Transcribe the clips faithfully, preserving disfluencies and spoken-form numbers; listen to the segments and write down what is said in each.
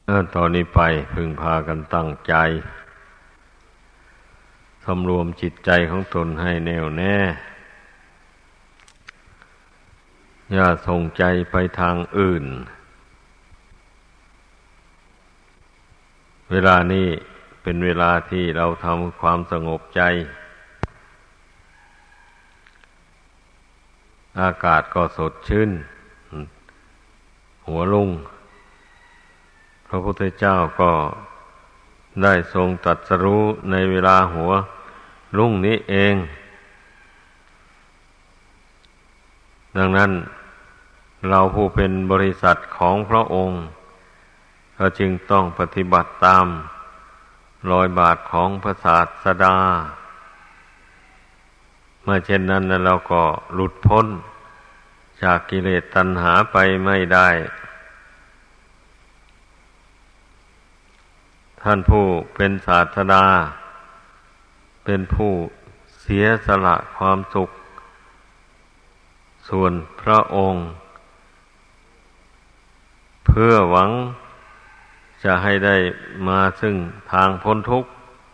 เออตอนนี้ไปพึงพากันตั้งใจสำรวมจิตใจของตนให้แน่วแน่อย่าส่งใจไปทางอื่นเวลานี้เป็นเวลาที่เราทำความสงบใจอากาศก็สดชื่นหัวรุ่งพระพุทธเจ้าก็ได้ทรงตรัสรู้ในเวลาหัวรุ่งนี้เองดังนั้นเราผู้เป็นบริษัทของพระองค์เราจึงต้องปฏิบัติตามรอยบาทของพระศาสดาเมื่อเช่นนั้นเราก็หลุดพ้นจากกิเลสตัณหาไปไม่ได้ท่านผู้เป็นศาสดาเป็นผู้เสียสละความสุขส่วนพระองค์เพื่อหวังจะให้ได้มาซึ่งทางพ้นทุกข์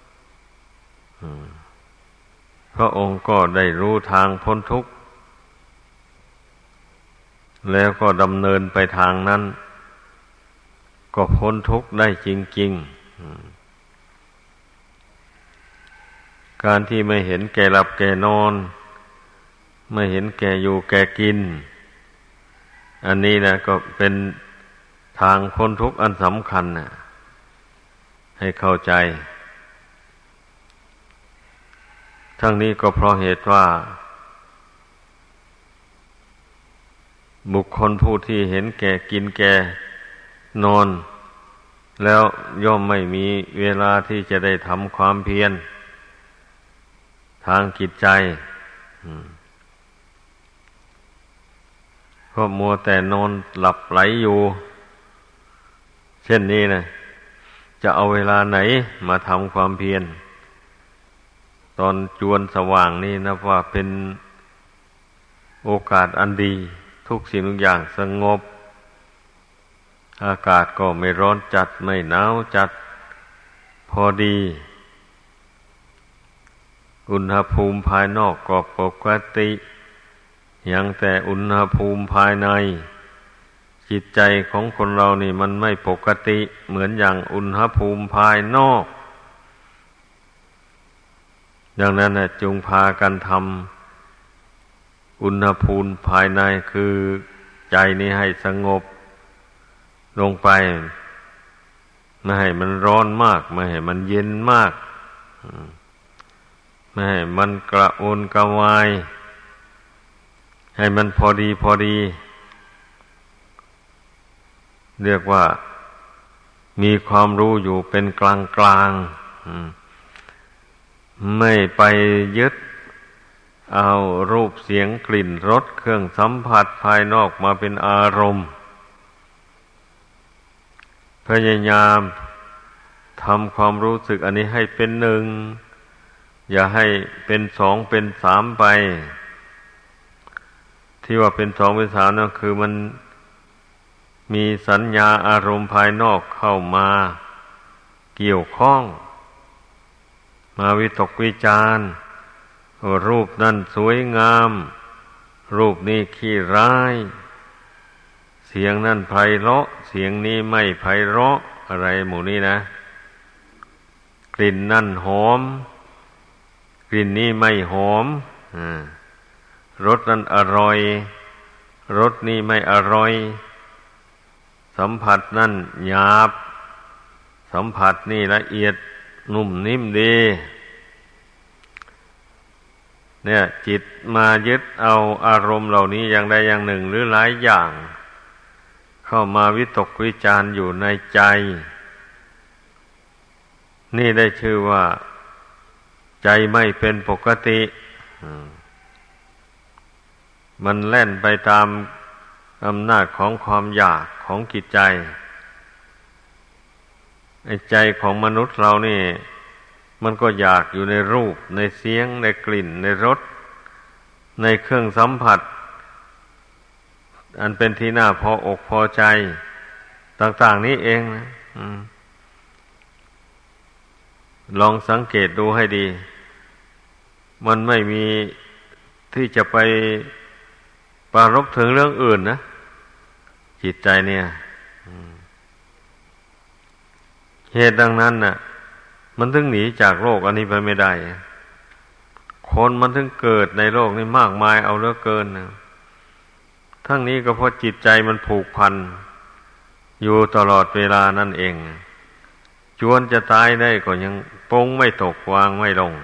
พระองค์ก็ได้รู้ทางพ้นทุกข์แล้วก็ดำเนินไปทางนั้นก็พ้นทุกข์ได้จริงๆการที่ไม่เห็นแก่หลับแก่นอนไม่เห็นแก่อยู่แก่กินอันนี้นะก็เป็นทางพ้นทุกข์อันสำคัญนะให้เข้าใจทั้งนี้ก็เพราะเหตุว่าบุคคลผู้ที่เห็นแก่กินแก่นอนแล้วย่อมไม่มีเวลาที่จะได้ทำความเพียรทางจิตใจเพราะมัวแต่นอนหลับไหลอยู่เช่นนี้นะจะเอาเวลาไหนมาทำความเพียรตอนจวนสว่างนี่นับว่าเป็นโอกาสอันดีทุกสิ่งทุกอย่างสงบอากาศก็ไม่ร้อนจัดไม่หนาวจัดพอดีอุณหภูมิภายนอกก็ปกติยังแต่อุณหภูมิภายในจิตใจของคนเรานี่มันไม่ปกติเหมือนอย่างอุณหภูมิภายนอกดังนั้นนะจงพากันทำอุณหภูมิภายในคือใจนี้ให้สงบลงไปไม่ให้มันร้อนมากไม่ให้มันเย็นมากไม่ให้มันกระวนกระวายให้มันพอดีพอดีเรียกว่ามีความรู้อยู่เป็นกลางกลางไม่ไปยึดเอารูปเสียงกลิ่นรสเครื่องสัมผัสภายนอกมาเป็นอารมณ์พยายามทำความรู้สึกอันนี้ให้เป็นหนึ่งอย่าให้เป็นสองเป็นสามไปที่ว่าเป็นสองเป็นสามนั่นคือมันมีสัญญาอารมณ์ภายนอกเข้ามาเกี่ยวข้องมาวิตกวิจารณ์รูปนั่นสวยงามรูปนี้ขี้ร้ายเสียงนั่นไพเราะเสียงนี้ไม่ไพเราะอะไรหมู่นี้นะกลิ่นนั่นหอมกลิ่นนี้ไม่หอมรสนั้นอร่อยรสนี้ไม่อร่อยสัมผัสนั่นหยาบสัมผัสนี่ละเอียดนุ่มนิ่มดีเนี่ยจิตมายึดเอาอารมณ์เหล่านี้อย่างใดอย่างหนึ่งหรือหลายอย่างเข้ามาวิตกวิจารณ์อยู่ในใจนี่ได้ชื่อว่าใจไม่เป็นปกติมันแล่นไปตามอำนาจของความอยากของจิตใจไอ้ใจของมนุษย์เรานี่มันก็อยากอยู่ในรูปในเสียงในกลิ่นในรสในเครื่องสัมผัสอันเป็นที่น่าพออกพอใจต่างๆนี้เองนะอืมลองสังเกตดูให้ดีมันไม่มีที่จะไปปรารภถึงเรื่องอื่นนะจิตใจเนี่ยเหตุดังนั้นน่ะมันถึงหนีจากโลกอันนี้ไปไม่ได้คนมันถึงเกิดในโลกนี้มากมายเอาเหลือเกินนะทั้งนี้ก็เพราะจิตใจมันผูกพันอยู่ตลอดเวลานั่นเองจวนจะตายได้ก็ยังปรงไม่ตกวางไม่ลง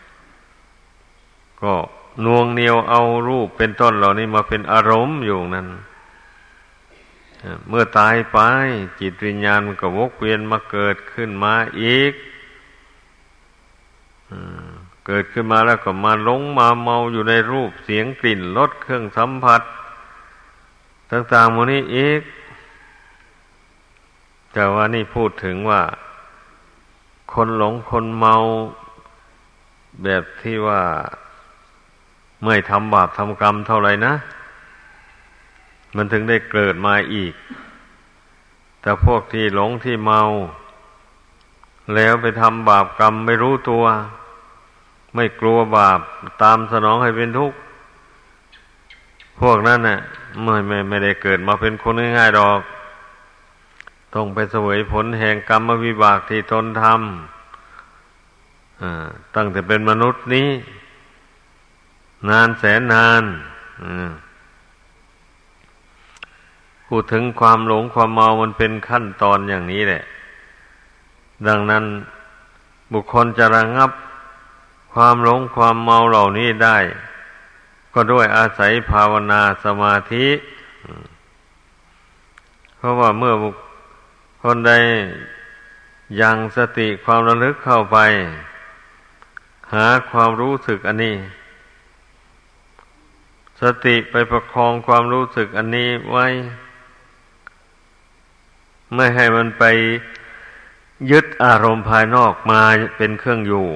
ก็นวงเหนียวเอารูปเป็นต้นเหล่านี้มาเป็นอารมณ์อยู่นั้นเมื่อตายไปจิตวิญญาณมันก็วกเวียนมาเกิดขึ้นมาอีกเกิดขึ้นมาแล้วก็มาหลงมาเมาอยู่ในรูปเสียงกลิ่นรสเครื่องสัมผัสต่างๆหมดนี้อีกแต่ว่านี่พูดถึงว่าคนหลงคนเมาแบบที่ว่าไม่ทำบาปทำกรรมเท่าไหร่นะมันถึงได้เกิดมาอีกแต่พวกที่หลงที่เมาแล้วไปทำบาปกรรมไม่รู้ตัวไม่กลัวบาปตามสนองให้เป็นทุกข์พวกนั้นน่ะไม่ไม่ไม่ได้เกิดมาเป็นคนง่ายๆหรอกต้องไปเสวยผลแห่งกรรมวิบากที่ตนทำอ่าตั้งแต่เป็นมนุษย์นี้นานแสนนานอ่าพูดถึงความหลงความเมามันเป็นขั้นตอนอย่างนี้แหละดังนั้นบุคคลจะระงับความหลงความเมาเหล่านี้ได้ก็ด้วยอาศัยภาวนาสมาธิเพราะว่าเมื่อบุคคลใดยังสติความระลึกเข้าไปหาความรู้สึกอันนี้สติไปประคองความรู้สึกอันนี้ไว้ไม่ให้มันไปยึดอารมณ์ภายนอกมาเป็นเครื่องอยู่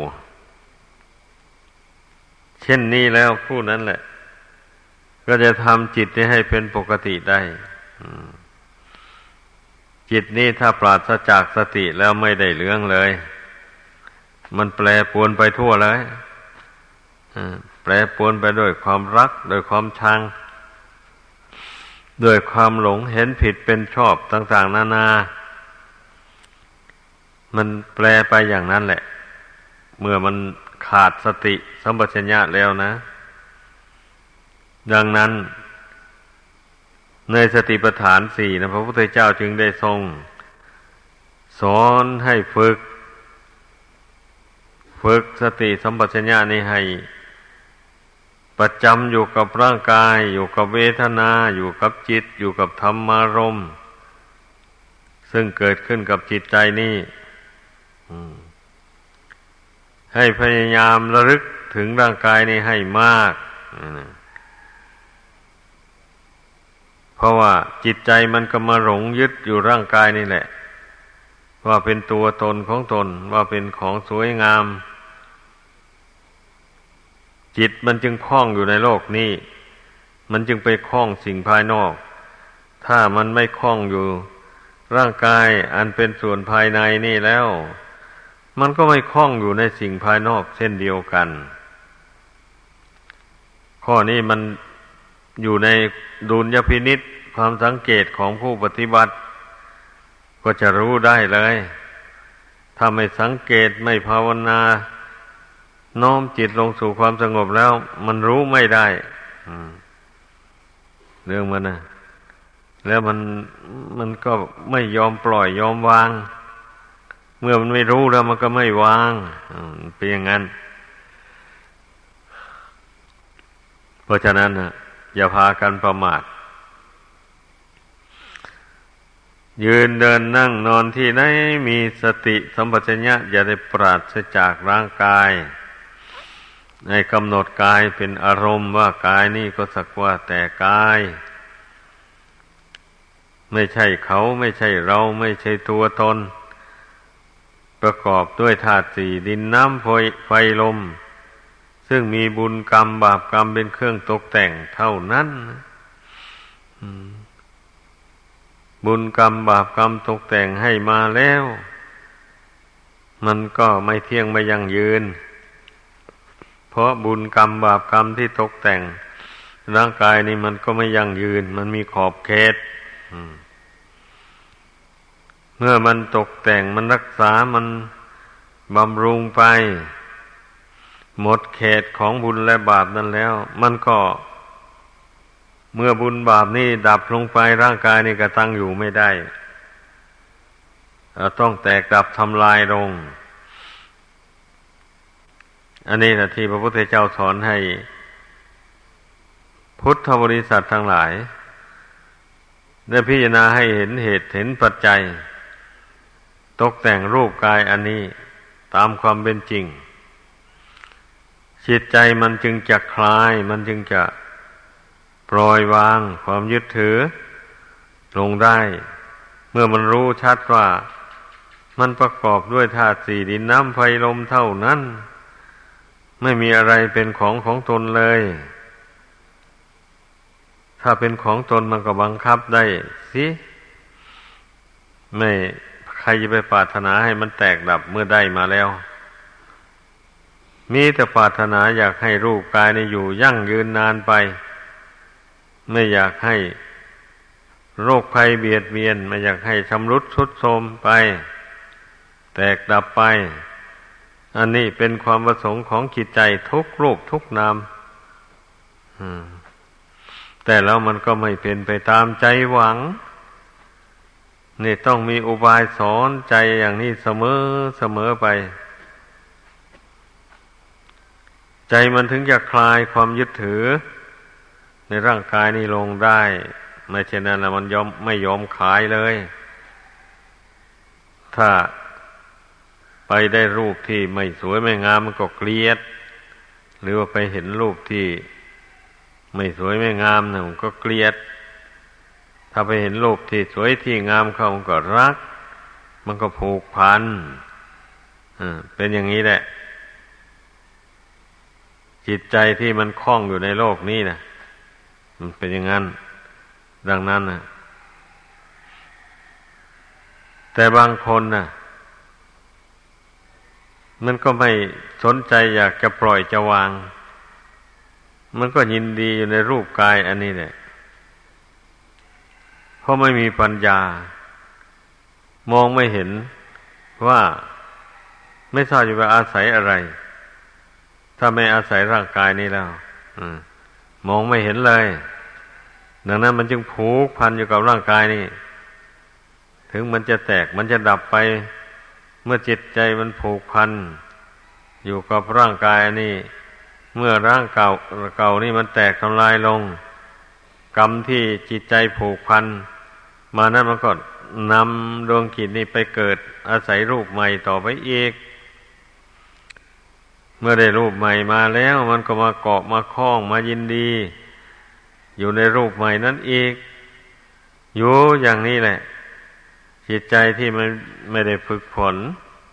เช่นนี้แล้วผู้นั้นแหละก็จะทำจิตให้เป็นปกติได้จิตนี้ถ้าปราศจากสติแล้วไม่ได้เรื่องเลยมันแปรปรวนไปทั่วเลยแปรปรวนไปด้วยความรักด้วยความชังด้วยความหลงเห็นผิดเป็นชอบต่างๆนานามันแปรไปอย่างนั้นแหละเมื่อมันขาดสติสัมปชัญญะแล้วนะดังนั้นในสติปัฏฐานสี่นะพระพุทธเจ้าจึงได้ทรงสอนให้ฝึกฝึกสติสัมปชัญญะนี้ให้ประจำอยู่กับร่างกายอยู่กับเวทนาอยู่กับจิตอยู่กับธรรมารมณ์ซึ่งเกิดขึ้นกับจิตใจนี่ให้พยายามระลึกถึงร่างกายนี้ให้มากเพราะว่าจิตใจมันก็มาหลงยึดอยู่ร่างกายนี่แหละว่าเป็นตัวตนของตนว่าเป็นของสวยงามจิตมันจึงคล้องอยู่ในโลกนี้มันจึงไปคล้องสิ่งภายนอกถ้ามันไม่คล้องอยู่ร่างกายอันเป็นส่วนภายในนี่แล้วมันก็ไม่คล้องอยู่ในสิ่งภายนอกเช่นเดียวกันข้อนี้มันอยู่ในดุลยพินิจความสังเกตของผู้ปฏิบัติก็จะรู้ได้เลยถ้าไม่สังเกตไม่ภาวนาน้อมจิตลงสู่ความสงบแล้วมันรู้ไม่ได้เรื่องมันนะแล้วมันมันก็ไม่ยอมปล่อยยอมวางเมื่อมันไม่รู้แล้วมันก็ไม่วางเป็นอย่างนั้นเพราะฉะนั้นนะอย่าพากันประมาทยืนเดินนั่งนอนที่ไหนมีสติสัมปชัญญะอย่าได้ปราศจากร่างกายในกำหนดกายเป็นอารมณ์ว่ากายนี่ก็สักว่าแต่กายไม่ใช่เขาไม่ใช่เราไม่ใช่ตัวตนประกอบด้วยธาตุสี่ดินน้ำไฟไฟลมซึ่งมีบุญกรรมบาปกรรมเป็นเครื่องตกแต่งเท่านั้นบุญกรรมบาปกรรมตกแต่งให้มาแล้วมันก็ไม่เที่ยงไม่ยั่งยืนเพราะบุญกรรมบาปกรรมที่ตกแต่งร่างกายนี่มันก็ไม่ยั่งยืนมันมีขอบเขตเมื่อมันตกแต่งมันรักษามันบำรุงไปหมดเขตของบุญและบาปนั้นแล้วมันก็เมื่อบุญบาปนี่ดับลงไปร่างกายนี่ก็ตั้งอยู่ไม่ได้ต้องแตกดับทำลายลงอันนี้แหละที่พระพุทธเจ้าสอนให้พุทธบริษัททั้งหลายได้พิจารณาให้เห็นเหตุเห็นปัจจัยตกแต่งรูปกายอันนี้ตามความเป็นจริงจิตใจมันจึงจะคลายมันจึงจะปล่อยวางความยึดถือลงได้เมื่อมันรู้ชัดว่ามันประกอบด้วยธาตุสี่ดินน้ำไฟลมเท่านั้นไม่มีอะไรเป็นของของตนเลยถ้าเป็นของตนมันก็บังคับได้สิไม่ใครจะไปปรารถนาให้มันแตกดับเมื่อได้มาแล้วมีแต่ปรารถนาอยากให้รูปกายนี้อยู่ยั่งยืนนานไปไม่อยากให้โรคภัยเบียดเบียนไม่อยากให้ชำรุดทรุดโทรมไปแตกดับไปอันนี้เป็นความประสงค์ของจิตใจทุกรูปทุกนามแต่แล้วมันก็ไม่เป็นไปตามใจหวังนี่ต้องมีอุบายสอนใจอย่างนี้เสมอเสมอไปใจมันถึงจะคลายความยึดถือในร่างกายนี้ลงได้ไม่เช่นนั้นแล้วมันยอมไม่ยอมขายเลยถ้าไปได้รูปที่ไม่สวยไม่งามมันก็เกลียดหรือว่าไปเห็นรูปที่ไม่สวยไม่งามนะมันก็เกลียดถ้าไปเห็นรูปที่สวยที่งามเขามันก็รักมันก็ผูกพันอ่าเป็นอย่างนี้แหละจิตใจที่มันคล้องอยู่ในโลกนี้นะมันเป็นอย่างนั้นดังนั้นนะแต่บางคนนะมันก็ไม่สนใจอยากจะปล่อยจะวางมันก็ยินดีอยู่ในรูปกายอันนี้แหละเพราะไม่มีปัญญามองไม่เห็นว่าไม่ทราบจะไปอาศัยอะไรถ้าไม่อาศัยร่างกายนี้แล้วมองไม่เห็นเลยดังนั้นมันจึงผูกพันอยู่กับร่างกายนี่ถึงมันจะแตกมันจะดับไปเมื่อจิตใจมันผูกพันอยู่กับร่างกายนี่เมื่อร่างเก่าเก่านี่มันแตกทำลายลงกรรมที่จิตใจผูกพันมานั้นมันก็นำดวงจิตนี้ไปเกิดอาศัยรูปใหม่ต่อไปอีกเมื่อได้รูปใหม่มาแล้วมันก็มาเกาะมาคล้องมายินดีอยู่ในรูปใหม่นั้นอีกอยู่อย่างนี้แหละจิตใจที่มันไม่ได้ฝึกฝน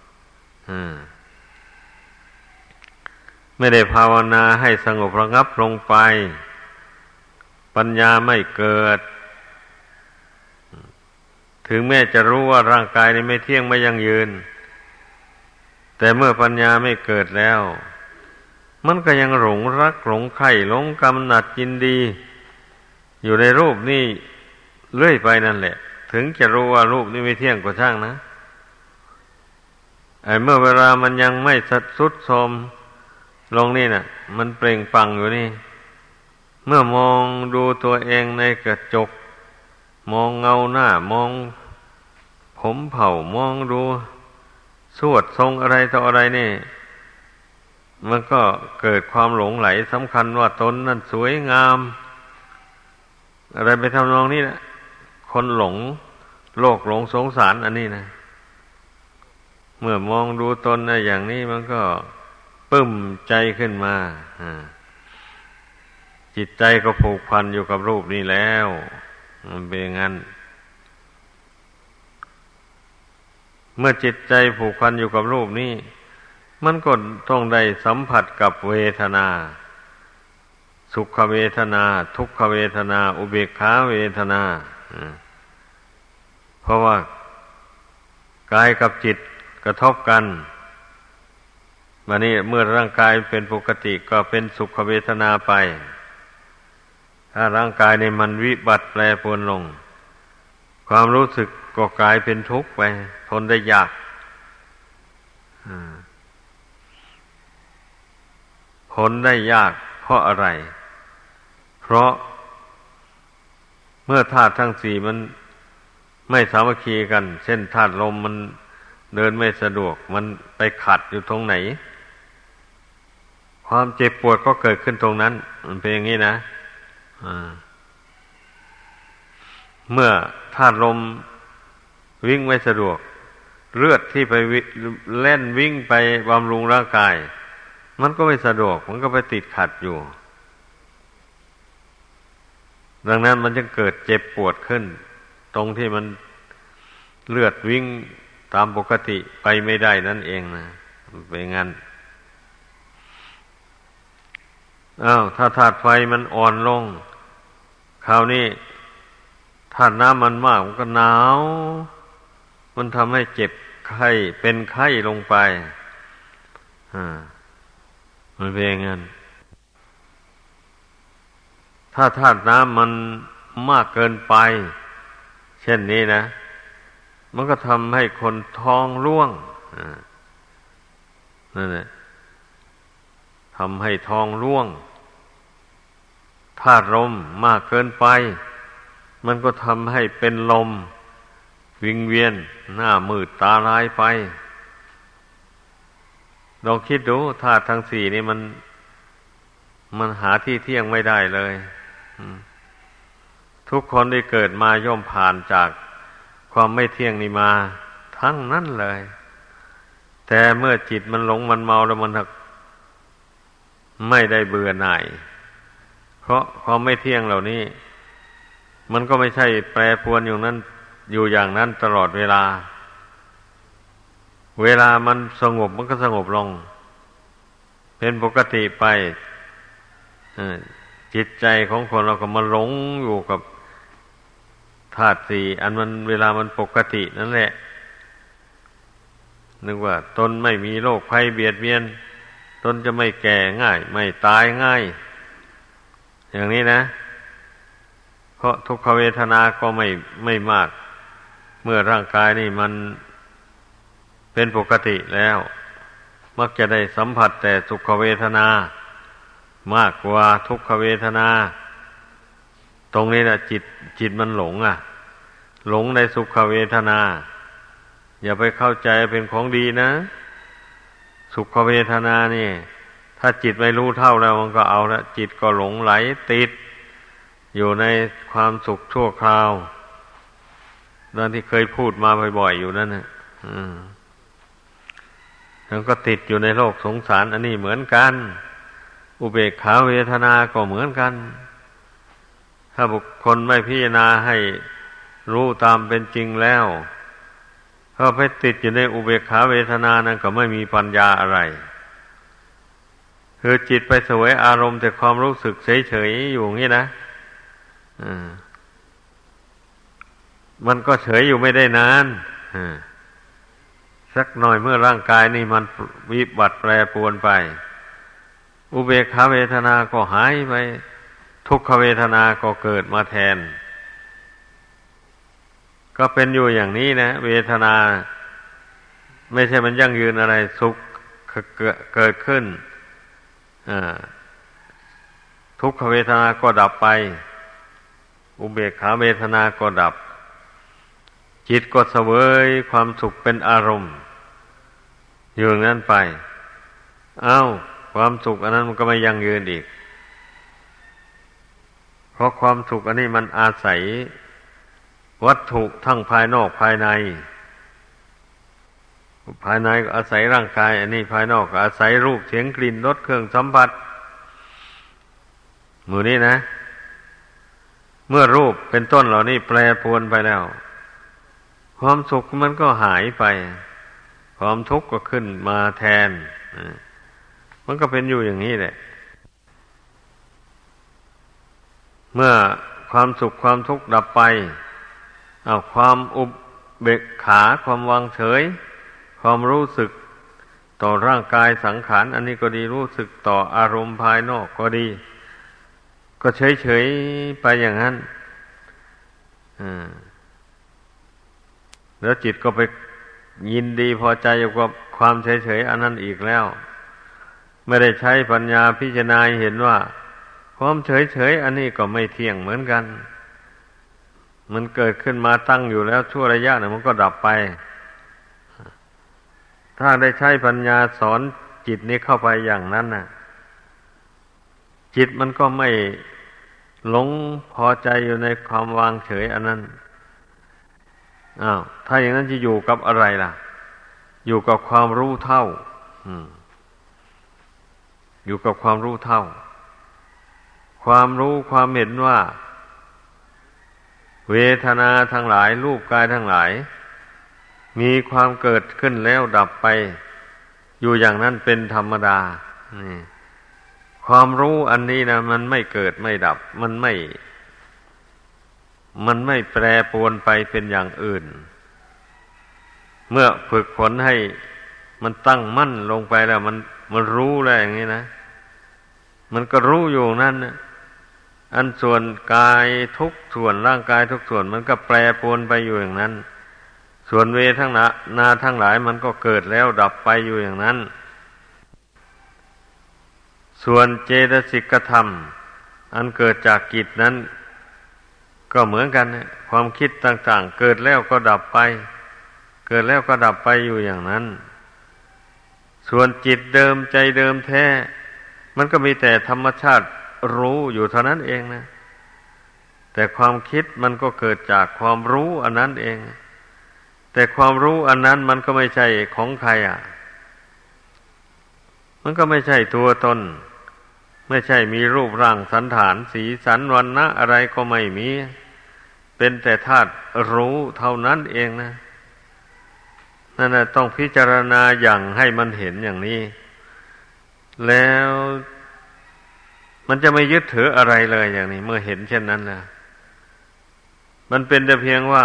ไม่ได้ภาวนาให้สงบระงับลงไปปัญญาไม่เกิดถึงแม้จะรู้ว่าร่างกายนี้ไม่เที่ยงไม่ยั่งยืนแต่เมื่อปัญญาไม่เกิดแล้วมันก็ยังหลงรักหลงใคร่หลงกำหนัดยินดีอยู่ในรูปนี้เรื่อยไปนั่นแหละถึงจะรู้ว่ารูปนี้ไม่เที่ยงก็ช่างนะไอ้เมื่อเวลามันยังไม่สัดสุดโทรมลงนี่น่ะมันเปล่งปลั่งอยู่นี่เมื่อมองดูตัวเองในกระจกมองเงาหน้ามองผมเผ่ามองดูสวดทรงอะไรต่ออะไรนี่มันก็เกิดความหลงไหลสำคัญว่าตนนั่นสวยงามอะไรไปทำนองนี้นะคนหลงโลกหลงสงสารอันนี้นะเมื่อมองดูตนนะอย่างนี้มันก็ปึ้มใจขึ้นมาจิตใจก็ผูกพันอยู่กับรูปนี้แล้วมันเป็นงั้นเมื่อจิตใจผูกพันอยู่กับรูปนี้มันก็ต้องได้สัมผัสกับเวทนาสุขเวทนาทุกขเวทนาอุเบกขาเวทนาเพราะว่ากายกับจิตกระทบกันวันนี้เมื่อร่างกายเป็นปกติก็เป็นสุขเวทนาไปถ้าร่างกายในมันวิบัติแปรปรวนลงความรู้สึกก็กลายเป็นทุกข์ไปทนได้ยากทนได้ยากเพราะอะไรเพราะเมื่อธาตุทั้งสี่มันไม่สามัคคีกันเช่นธาตุลมมันเดินไม่สะดวกมันไปขัดอยู่ตรงไหนความเจ็บปวดก็เกิดขึ้นตรงนั้นมันเป็นอย่างนี้นะเมื่อธาตุลมวิ่งไม่สะดวกเลือดที่ไปเล่นวิ่งไปบำรุงร่างกายมันก็ไม่สะดวกมันก็ไปติดขัดอยู่ดังนั้นมันจึงเกิดเจ็บปวดขึ้นตรงที่มันเลือดวิ่งตามปกติไปไม่ได้นั่นเองนะเป็นงั้นอ้าวถ้าธาตุไฟมันอ่อนลงคราวนี้ธาตุน้ำมันมากมันก็หนาวมันทำให้เจ็บไข้เป็นไข้ลงไปอ่ามันเป็นอย่างนั้นถ้าธาตุน้ำมันมากเกินไปเช่นนี้นะมันก็ทำให้คนท้องร่วงนั่นแหละทำให้ท้องร่วงธาตุลมมากเกินไปมันก็ทำให้เป็นลมวิงเวียนหน้ามืดตาลายไปลองคิดดูธาตุทั้งสี่นี่มันมันหาที่เที่ยงไม่ได้เลยทุกคนที่เกิดมาย่อมผ่านจากความไม่เที่ยงนี่มาทั้งนั้นเลยแต่เมื่อจิตมันหลงมันเมาแล้วมันไม่ได้เบื่อหน่ายเพราะความไม่เที่ยงเหล่านี้มันก็ไม่ใช่แปรปรวนอยู่นั้นอยู่อย่างนั้นตลอดเวลาเวลามันสงบมันก็สงบลงเป็นปกติไปจิตใจของคนเราก็มาหลงอยู่กับธาตุสี่อันมันเวลามันปกตินั่นแหละนึกว่าตนไม่มีโรคภัยเบียดเบียนตนจะไม่แก่ง่ายไม่ตายง่ายอย่างนี้นะเพราะทุกขเวทนาก็ไม่ไม่มากเมื่อร่างกายนี่มันเป็นปกติแล้วมักจะได้สัมผัสแต่สุขเวทนามากกว่าทุกขเวทนาตรงนี้แหละจิตจิตมันหลงอ่ะหลงในสุขเวทนาอย่าไปเข้าใจเป็นของดีนะสุขเวทนานี่ถ้าจิตไม่รู้เท่าแล้วมันก็เอาละจิตก็หลงไหลติดอยู่ในความสุขชั่วคราวดังที่เคยพูดมาบ่อยๆอยู่นั่นนะอืมแล้วก็ติดอยู่ในโลกสงสารอันนี้เหมือนกันอุเบกขาเวทนาก็เหมือนกันถ้าบุคคลไม่พิจารณาให้รู้ตามเป็นจริงแล้วถ้าไปติดอยู่ในอุเบกขาเวทนานั้นก็ไม่มีปัญญาอะไรคือจิตไปเสวยอารมณ์แต่ความรู้สึกเฉยๆอยู่อย่างนี้นะมันก็เฉยอยู่ไม่ได้นานสักหน่อยเมื่อร่างกายนี่มันวิบัติแปรปรวนไปอุเบกขาเวทนาก็หายไปทุกขเวทนาก็เกิดมาแทนก็เป็นอยู่อย่างนี้นะเวทนาไม่ใช่มันยั่งยืนอะไรสุขเกิดขึ้นทุกขเวทนาก็ดับไปอุเบกขาเวทนาก็ดับจิตก็เสวยความสุขเป็นอารมณ์อยู่อย่างนั้นไปอ้าวความสุขอันนั้นมันก็ไม่ยั่งยืนอีกเพราะความสุขอันนี้มันอาศัยวัตถุทั้งภายนอกภายในภายในก็อาศัยร่างกายอันนี้ภายนอกก็อาศัยรูปเสียงกลิ่นรสเครื่องสัมผัสหมู่นี้นะเมื่อรูปเป็นต้นเหล่านี้แปรปรวนไปแล้วความสุขมันก็หายไปความทุกข์ก็ขึ้นมาแทนมันก็เป็นอยู่อย่างนี้แหละเมื่อความสุขความทุกข์ดับไปเอาความอุบเบกขาความวางเฉยความรู้สึกต่อร่างกายสังขารอันนี้ก็ดีรู้สึกต่ออารมณ์ภายนอกก็ดีก็เฉยๆไปอย่างนั้นแล้วจิตก็ไปยินดีพอใจอยู่กับความเฉยๆอันนั้นอีกแล้วไม่ได้ใช้ปัญญาพิจารณาเห็นว่าความเฉยๆอันนี้ก็ไม่เที่ยงเหมือนกันมันเกิดขึ้นมาตั้งอยู่แล้วชั่วระยะหนึ่งมันก็ดับไปถ้าได้ใช้ปัญญาสอนจิตนี้เข้าไปอย่างนั้นน่ะจิตมันก็ไม่หลงพอใจอยู่ในความวางเฉยอันนั้นอ้าวถ้าอย่างนั้นจะอยู่กับอะไรล่ะอยู่กับความรู้เท่าอยู่กับความรู้เท่าความรู้ความเห็นว่าเวทนาทั้งหลายรูปกายทั้งหลายมีความเกิดขึ้นแล้วดับไปอยู่อย่างนั้นเป็นธรรมดานี่ความรู้อันนี้นะมันไม่เกิดไม่ดับมันไม่มันไม่แปรปรวนไปเป็นอย่างอื่นเมื่อฝึกฝนให้มันตั้งมั่นลงไปแล้วมันมันรู้แล้วอย่างนี้นะมันก็รู้อยู่นั่นนะอันส่วนกายทุกส่วนร่างกายทุกส่วนมันก็แปรปรวนไปอยู่อย่างนั้นส่วนเวทนานาทั้งหลายมันก็เกิดแล้วดับไปอยู่อย่างนั้นส่วนเจตสิกธรรมอันเกิดจากกิจนั้นก็เหมือนกันนะความคิดต่างๆเกิดแล้วก็ดับไปเกิดแล้วก็ดับไปอยู่อย่างนั้นส่วนจิตเดิมใจเดิมแท้มันก็มีแต่ธรรมชาติรู้อยู่เท่านั้นเองนะแต่ความคิดมันก็เกิดจากความรู้อันนั้นเองแต่ความรู้อันนั้นมันก็ไม่ใช่ของใครอ่ะมันก็ไม่ใช่ตัวตนไม่ใช่มีรูปร่างสันฐานสีสันวรรณะอะไรก็ไม่มีเป็นแต่ธาตุรู้เท่านั้นเองนะนั่นน่ะต้องพิจารณาอย่างให้มันเห็นอย่างนี้แล้วมันจะไม่ยึดถืออะไรเลยอย่างนี้เมื่อเห็นเช่นนั้นนะมันเป็นแต่เพียงว่า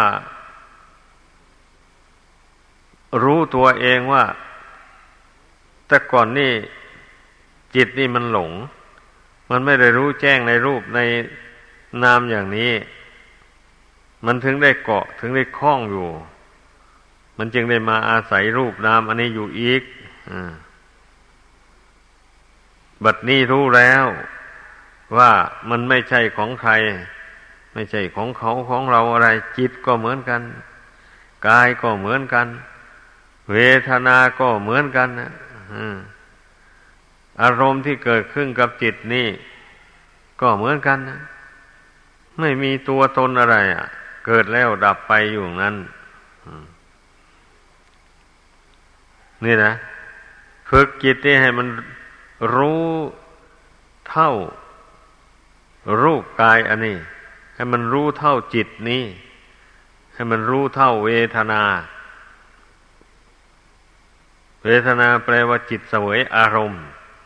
รู้ตัวเองว่าแต่ก่อนนี่จิตนี่มันหลงมันไม่ได้รู้แจ้งในรูปในนามอย่างนี้มันถึงได้เกาะถึงได้คล้องอยู่มันจึงได้มาอาศัยรูปนามอันนี้อยู่อีกอ่าบัดนี้รู้แล้วว่ามันไม่ใช่ของใครไม่ใช่ของเขาของเราอะไรจิตก็เหมือนกันกายก็เหมือนกันเวทนาก็เหมือนกันนะอารมณ์ที่เกิดขึ้นกับจิตนี่ก็เหมือนกันนะไม่มีตัวตนอะไรอ่ะเกิดแล้วดับไปอยู่นั้นนี่นะฝึกจิตนี่ให้มันรู้เท่ารูปกายอันนี้ให้มันรู้เท่าจิตนี้ให้มันรู้เท่าเวทนาเวทนาแปลว่าจิตเสวยอารมณ์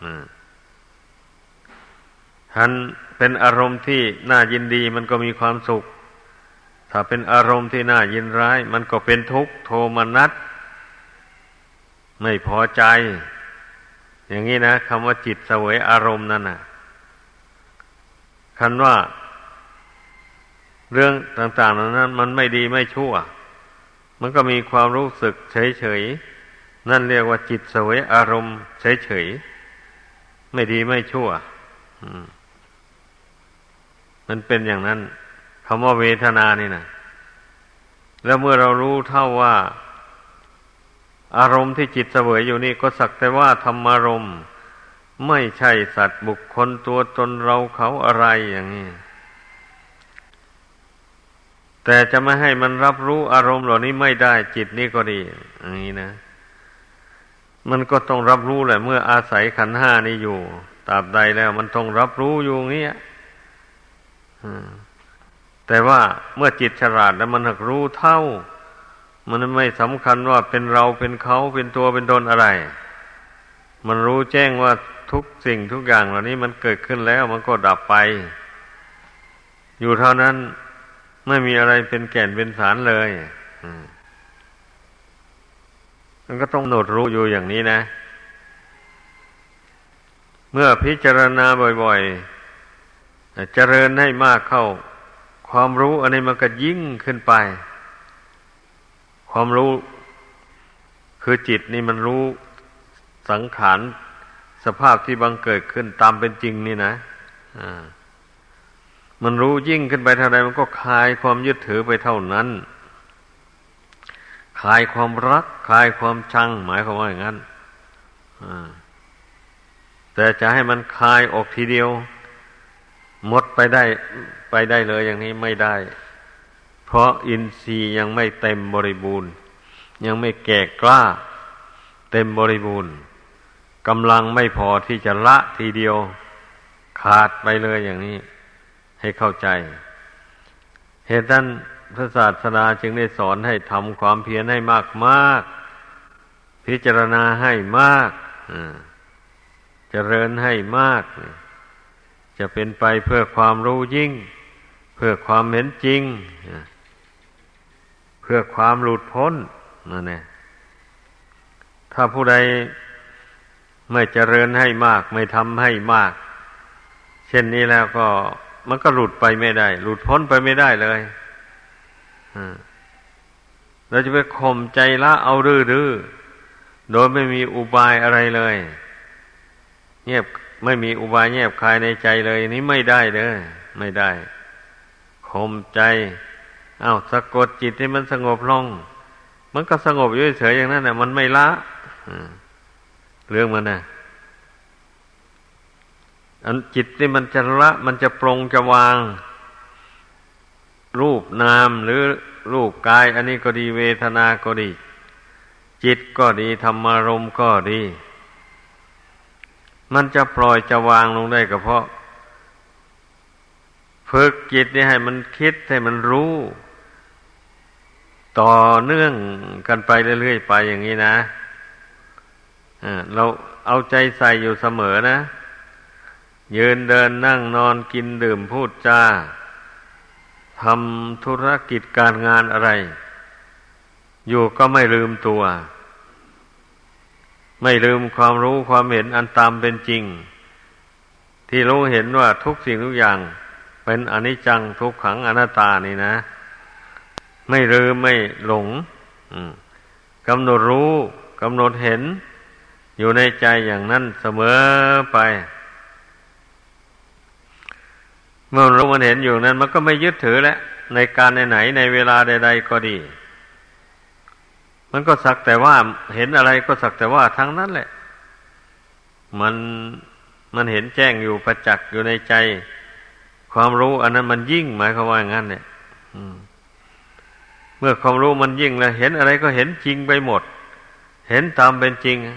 ท่านเป็นอารมณ์ที่น่ายินดีมันก็มีความสุขถ้าเป็นอารมณ์ที่น่ายินร้ายมันก็เป็นทุกข์โทมนัสไม่พอใจอย่างนี้นะคำว่าจิตเสวยอารมณ์นั่นน่ะคันว่าเรื่องต่างๆนั้นมันไม่ดีไม่ชั่วมันก็มีความรู้สึกเฉยๆนั่นเรียกว่าจิตเสวยอารมณ์เฉยๆไม่ดีไม่ชั่วมันเป็นอย่างนั้นคำว่าเวทนานี่นะแล้วเมื่อเรารู้เท่าว่าอารมณ์ที่จิตเสวยอยู่นี่ก็สักแต่ว่าธรรมารมณ์ไม่ใช่สัตว์บุคคลตัวตนเราเขาอะไรอย่างนี้แต่จะไม่ให้มันรับรู้อารมณ์เหล่านี้ไม่ได้จิตนี่ก็ดีอย่างนี้นะมันก็ต้องรับรู้แหละเมื่ออาศัยขันธ์ห้านี้อยู่ตราบใดแล้วมันต้องรับรู้อยู่อย่างนี้แต่ว่าเมื่อจิตฉลาดแล้วมันหักรู้เท่ามันไม่สำคัญว่าเป็นเราเป็นเขาเป็นตัวเป็นตนอะไรมันรู้แจ้งว่าทุกสิ่งทุกอย่างเหล่านี้มันเกิดขึ้นแล้วมันก็ดับไปอยู่เท่านั้นไม่มีอะไรเป็นแก่นเป็นสารเลยมันก็ต้องกำหนดรู้อยู่อย่างนี้นะเมื่อพิจารณาบ่อยๆเจริญให้มากเข้าความรู้อันนี้มันก็ยิ่งขึ้นไปความรู้คือจิตนี่มันรู้สังขารสภาพที่บังเกิดขึ้นตามเป็นจริงนี่นะอ่ามันรู้ยิ่งขึ้นไปเท่าใดมันก็คลายความยึดถือไปเท่านั้นคลายความรักคลายความชังหมายความว่าอย่างนั้นอ่าแต่จะให้มันคลายออกทีเดียวหมดไปได้ไปได้เลยอย่างนี้ไม่ได้เพราะอินทรีย์ยังไม่เต็มบริบูรณ์ยังไม่แก่กล้าเต็มบริบูรณ์กำลังไม่พอที่จะละทีเดียวขาดไปเลยอย่างนี้ให้เข้าใจเหตุนั้นพระศาสดาจึงได้สอนให้ทำความเพียรให้มากมากพิจารณาให้มากเจริญให้มากจะเป็นไปเพื่อความรู้ยิ่งเพื่อความเห็นจริงเพื่อความหลุดพ้นนั่นแหละถ้าผู้ใดไม่เจริญให้มากไม่ทำให้มากเช่นนี้แล้วก็มันก็หลุดไปไม่ได้หลุดพ้นไปไม่ได้เลยเราจะไปข่มใจละเอาดื้อๆโดยไม่มีอุบายอะไรเลยเงียบไม่มีอุบายแยบคายในใจเลยนี้ไม่ได้เด้อไม่ได้ข่มใจอ้าวสะกดจิตให้มันสงบลงมันก็สงบอยู่เฉยๆอย่างนั้นน่ะมันไม่ละเรื่องมันน่ะอันจิตนี่มันจะละมันจะปรงจะวางรูปนามหรือรูปกายอันนี้ก็ดีเวทนาก็ดีจิตก็ดีธรรมารมณ์ก็ดีมันจะปล่อยจะวางลงได้ก็เพราะฝึกจิตนี่ให้มันคิดให้มันรู้ต่อเนื่องกันไปเรื่อยๆไปอย่างนี้นะเราเอาใจใส่อยู่เสมอนะยืนเดินนั่งนอนกินดื่มพูดจาทำธุรกิจการงานอะไรอยู่ก็ไม่ลืมตัวไม่ลืมความรู้ความเห็นอันตามเป็นจริงที่รู้เห็นว่าทุกสิ่งทุกอย่างเป็นอนิจจังทุกขังอนัตตานี่นะไม่ลืมไม่หลงกำหนดรู้กำหนดเห็นอยู่ในใจอย่างนั้นเสมอไปเมื่อรู้มันเห็นอยู่นั้นมันก็ไม่ยึดถือแล้วในการไหนๆในเวลาใดๆก็ดีมันก็สักแต่ว่าเห็นอะไรก็สักแต่ว่าทั้งนั้นแหละมันมันเห็นแจ้งอยู่ประจักษ์อยู่ในใจความรู้อันนั้นมันยิ่งหมายความว่าอย่างนั้นเนี่ยเมื่อความรู้มันยิ่งแล้วเห็นอะไรก็เห็นจริงไปหมดเห็นตามเป็นจริง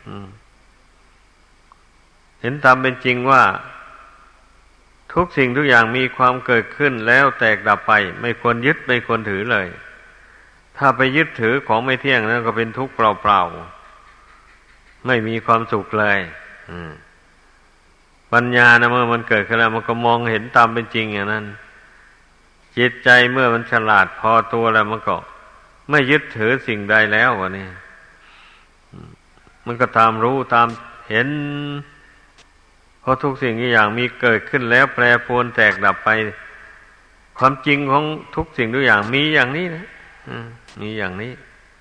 เห็นตามเป็นจริงว่าทุกสิ่งทุกอย่างมีความเกิดขึ้นแล้วแตกดับไปไม่ควรยึดไม่ควรถือเลยถ้าไปยึดถือของไม่เที่ยงนั่นก็เป็นทุกข์เปล่าๆไม่มีความสุขเลยปัญญานะเมื่อมันเกิดขึ้นแล้วมันก็มองเห็นตามเป็นจริงอย่างนั้นจิตใจเมื่อมันฉลาดพอตัวแล้วมันก็ไม่ยึดถือสิ่งใดแล้ววะนี่มันก็ตามรู้ตามเห็นเพราะทุกสิ่งทุกอย่างมีเกิดขึ้นแล้วแปรปรวนแตกดับไปความจริงของทุกสิ่งทุกอย่างมีอย่างนี้นะมีอย่างนี้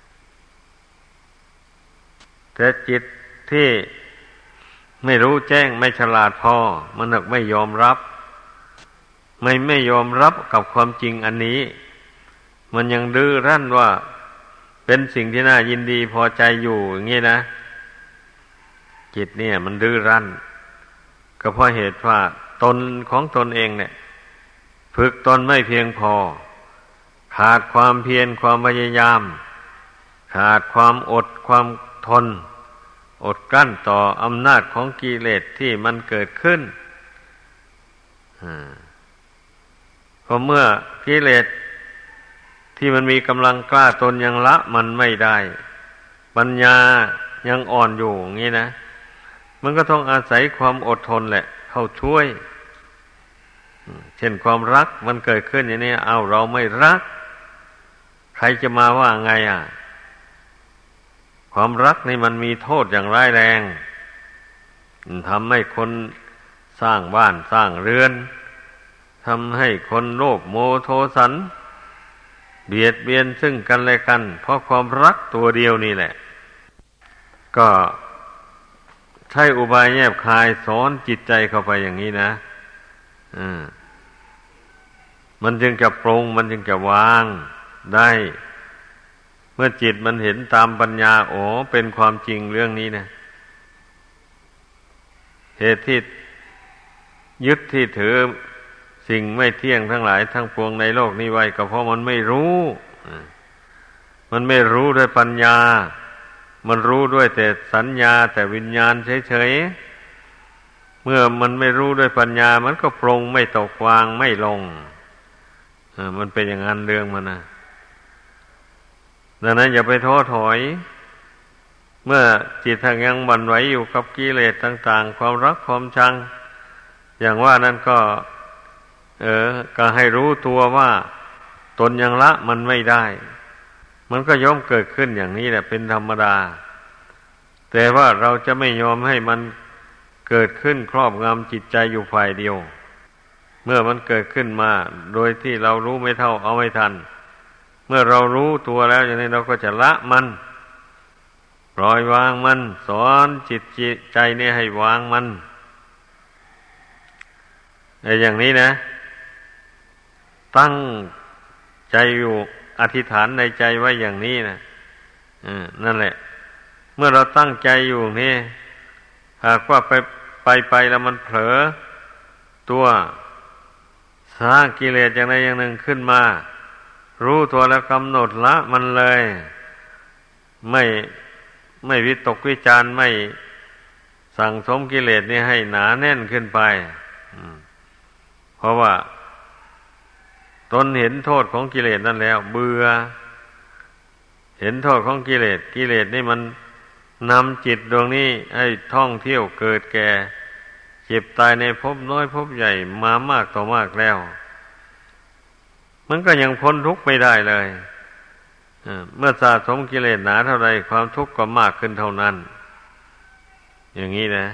แต่จิตที่ไม่รู้แจ้งไม่ฉลาดพอมันหนักไม่ยอมรับไม่ไม่ยอมรับกับความจริงอันนี้มันยังดื้อรั้นว่าเป็นสิ่งที่น่ายินดีพอใจอยู่อย่างนี้นะจิตเนี่ยมันดื้อรั้นก็เพราะเหตุว่าตนของตนเองเนี่ยฝึกตนไม่เพียงพอขาดความเพียรความพยายามขาดความอดความทนอดกลั้นต่ออำนาจของกิเลสที่มันเกิดขึ้นเพราะเมื่อกิเลสที่มันมีกำลังกล้าตนยังละมันไม่ได้ปัญญายังอ่อนอยู่อย่างนี้นะมันก็ต้องอาศัยความอดทนแหละเข้าช่วยเช่นความรักมันเกิดขึ้นอย่างนี้เอาเราไม่รักใครจะมาว่าไงอ่ะความรักนี่มันมีโทษอย่างร้ายแรงทำให้คนสร้างบ้านสร้างเรือนทำให้คนโลภโมโทสันเบียดเบียนซึ่งกันและกันเพราะความรักตัวเดียวนี่แหละก็ใช้อุบายแยบคายสอนจิตใจเข้าไปอย่างนี้นะอ่ามันจึงจะปรงมันจึงจะวางได้เมื่อจิตมันเห็นตามปัญญาโอ้เป็นความจริงเรื่องนี้นะเหตุที่ยึดที่ถือสิ่งไม่เที่ยงทั้งหลายทั้งปวงในโลกนี้ไว้ก็เพราะมันไม่รู้มันไม่รู้ด้วยปัญญามันรู้ด้วยแต่สัญญาแต่วิญญาณเฉยๆเมื่อมันไม่รู้ด้วยปัญญามันก็ปรงไม่ตกวางไม่ลงมันเป็นอย่างนั้นเรื่องมันนะดังนั้นอย่าไปท้อถอยเมื่อจิตทางยังบั่นไหวอยู่กับกิเลสต่างๆความรักความชังอย่างว่านั้นก็เออก็ให้รู้ตัวว่าตนยังละมันไม่ได้มันก็ย่อมเกิดขึ้นอย่างนี้แหละเป็นธรรมดาแต่ว่าเราจะไม่ยอมให้มันเกิดขึ้นครอบงำจิตใจอยู่ฝ่ายเดียวเมื่อมันเกิดขึ้นมาโดยที่เรารู้ไม่เท่าเอาไม่ทันเมื่อเรารู้ตัวแล้วอย่างนี้เราก็จะละมันปล่อยวางมันสอนจิตใจนี่ให้วางมันไอ้อย่างนี้นะตั้งใจอยู่อธิษฐานในใจไว้อย่างนี้นะนั่นแหละเมื่อเราตั้งใจอยู่นี่หากว่าไปไปไปแล้วมันเผลอตัวสร้างกิเลสอย่างใดอย่างหนึ่งขึ้นมารู้ตัวแล้วกำหนดละมันเลยไม่ไม่วิตกวิจารไม่สั่งสมกิเลสนี่ให้หนาแน่นขึ้นไปเพราะว่าตนเห็นโทษของกิเลสนั่นแล้วเบื่อเห็นโทษของกิเลสกิเลสนี่มันนำจิตดวงนี้ให้ท่องเที่ยวเกิดแก่เจ็บตายในภพน้อยภพใหญ่มามากต่อมากแล้วมันก็ยังพ้นทุกข์ไม่ได้เลยเมื่อสะสมกิเลสหนาเท่าใดความทุกข์ก็มากขึ้นเท่านั้นอย่างนี้นะ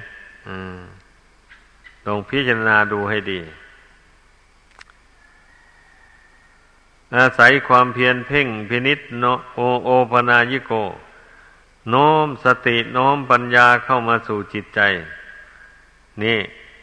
ต้องพิจารณาดูให้ดีอาศัยความเพียรเพ่งพินิจโนโอโอปนายิโกโน้มสติโน้มปัญญาเข้ามาสู่จิตใจนี่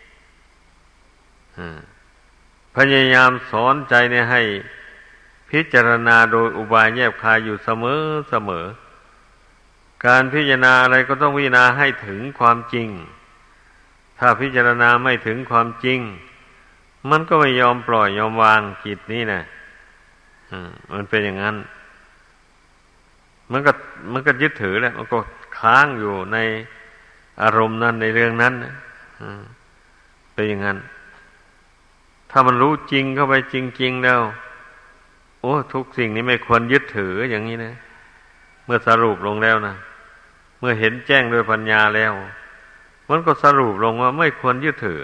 พยายามสอนใจเนี่ยให้พิจารณาโดยอุบายแยบคายอยู่เสมอเสมอการพิจารณาอะไรก็ต้องพิจารณาให้ถึงความจริงถ้าพิจารณาไม่ถึงความจริงมันก็ไม่ยอมปล่อยยอมวางจิตนี้นะมันเป็นอย่างนั้นมันก็มันก็ยึดถือแหละมันก็ค้างอยู่ในอารมณ์นั้นในเรื่องนั้นเป็นอย่างนั้นถ้ามันรู้จริงเข้าไปจริงๆแล้วโอ้ทุกสิ่งนี้ไม่ควรยึดถืออย่างนี้นะเมื่อสรุปลงแล้วนะเมื่อเห็นแจ้งด้วยปัญญาแล้วมันก็สรุปลงว่าไม่ควรยึดถือ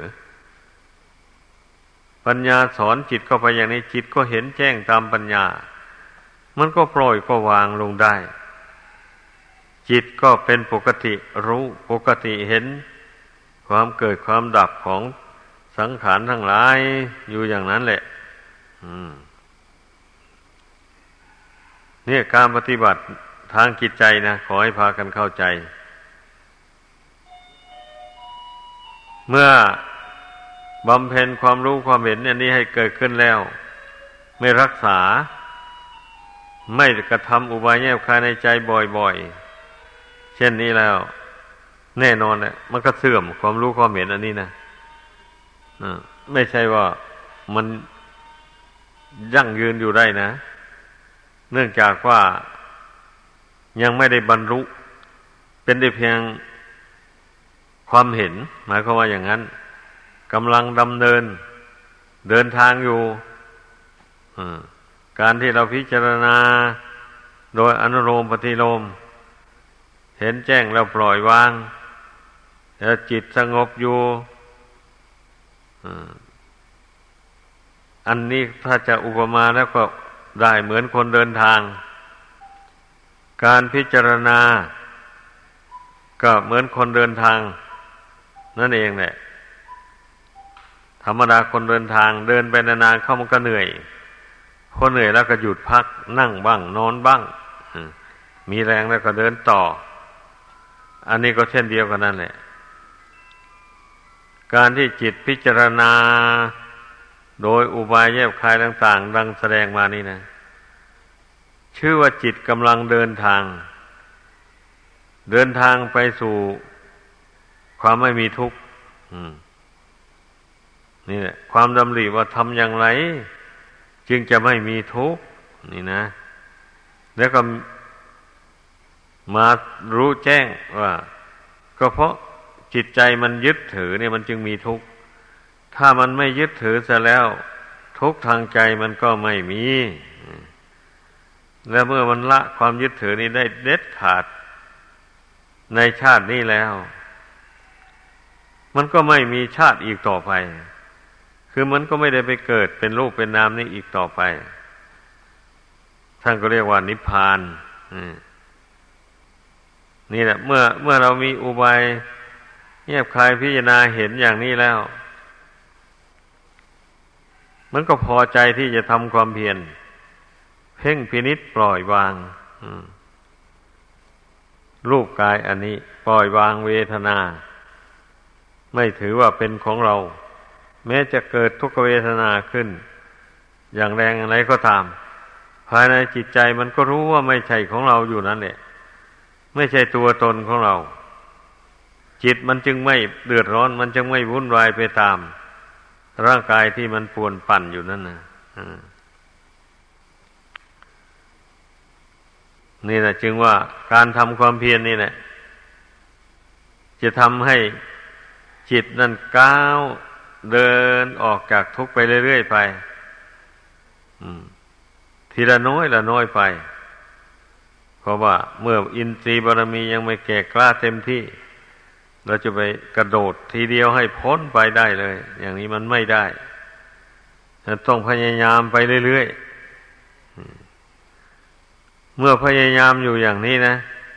ปัญญาสอนจิตเข้าไปอย่างนี้จิตก็เห็นแจ้งตามปัญญามันก็ปล่อยก็วางลงได้จิตก็เป็นปกติรู้ปกติเห็นความเกิดความดับของสังขารทั้งหลายอยู่อย่างนั้นแหละเนี่ยการปฏิบัติทางจิตใจนะขอให้พากันเข้าใจเมื่อบำเพ็ญความรู้ความเห็นอันนี้ให้เกิดขึ้นแล้วไม่รักษาไม่กระทำอุบายแยบคายในใจบ่อยๆเช่นนี้แล้วแน่นอนแหละมันก็เสื่อมความรู้ความเห็นอันนี้นะไม่ใช่ว่ามันยั่งยืนอยู่ได้นะเนื่องจากว่ายังไม่ได้บรรลุเป็นได้เพียงความเห็นหมายความว่าอย่างนั้นกำลังดำเนินเดินทางอยู่การที่เราพิจารณาโดยอนุโลมปฏิโลมเห็นแจ้งแล้วปล่อยวางแล้วจิตสงบอยู่อันนี้ถ้าจะอุปมาแล้วก็ได้เหมือนคนเดินทางการพิจารณาก็เหมือนคนเดินทางนั่นเองแหละธรรมดาคนเดินทางเดินไปนานๆเข้ามันก็เหนื่อยพอเหนื่อยแล้วก็หยุดพักนั่งบ้างนอนบ้างมีแรงแล้วก็เดินต่ออันนี้ก็เช่นเดียวกันนั่นแหละการที่จิตพิจารณาโดยอุบายแยบคายต่างๆดังแสดงมานี่นะชื่อว่าจิตกำลังเดินทางเดินทางไปสู่ความไม่มีทุกข์นี่แหละความดำริว่าทำอย่างไรจึงจะไม่มีทุกข์นี่นะแล้วก็มารู้แจ้งว่าก็เพราะจิตใจมันยึดถือเนี่ยมันจึงมีทุกข์ถ้ามันไม่ยึดถือเสียแล้วทุกข์ทางใจมันก็ไม่มีและเมื่อมันละความยึดถือนี้ได้เด็ดขาดในชาตินี้แล้วมันก็ไม่มีชาติอีกต่อไปคือมันก็ไม่ได้ไปเกิดเป็นรูปเป็นนามนี้อีกต่อไปท่านก็เรียกว่านิพพานนี่แหละเมื่อเมื่อเรามีอุบายแยบคายพิจารณาเห็นอย่างนี้แล้วมันก็พอใจที่จะทำความเพียรเพ่งพินิจปล่อยวางรูปกายอันนี้ปล่อยวางเวทนาไม่ถือว่าเป็นของเราแม้จะเกิดทุกขเวทนาขึ้นอย่างแรงอะไรก็ตามภายในจิตใจมันก็รู้ว่าไม่ใช่ของเราอยู่นั่นแหละไม่ใช่ตัวตนของเราจิตมันจึงไม่เดือดร้อนมันจึงไม่วุ่นวายไปตามร่างกายที่มันป่วนปั่นอยู่นั่นนะนี่แหละจึงว่าการทำความเพียรนี่แหละจะทำให้จิตนั้นก้าวเดินออกจากทุกข์ไปเรื่อยๆไปทีละน้อยละน้อยไปเพราะว่าเมื่ออินทรีย์บารมียังไม่แก่กล้าเต็มที่เราจะไปกระโดดทีเดียวให้พ้นไปได้เลยอย่างนี้มันไม่ได้ต้องพยายามไปเรื่อยๆเมื่อพยายามอยู่อย่างนี้นะ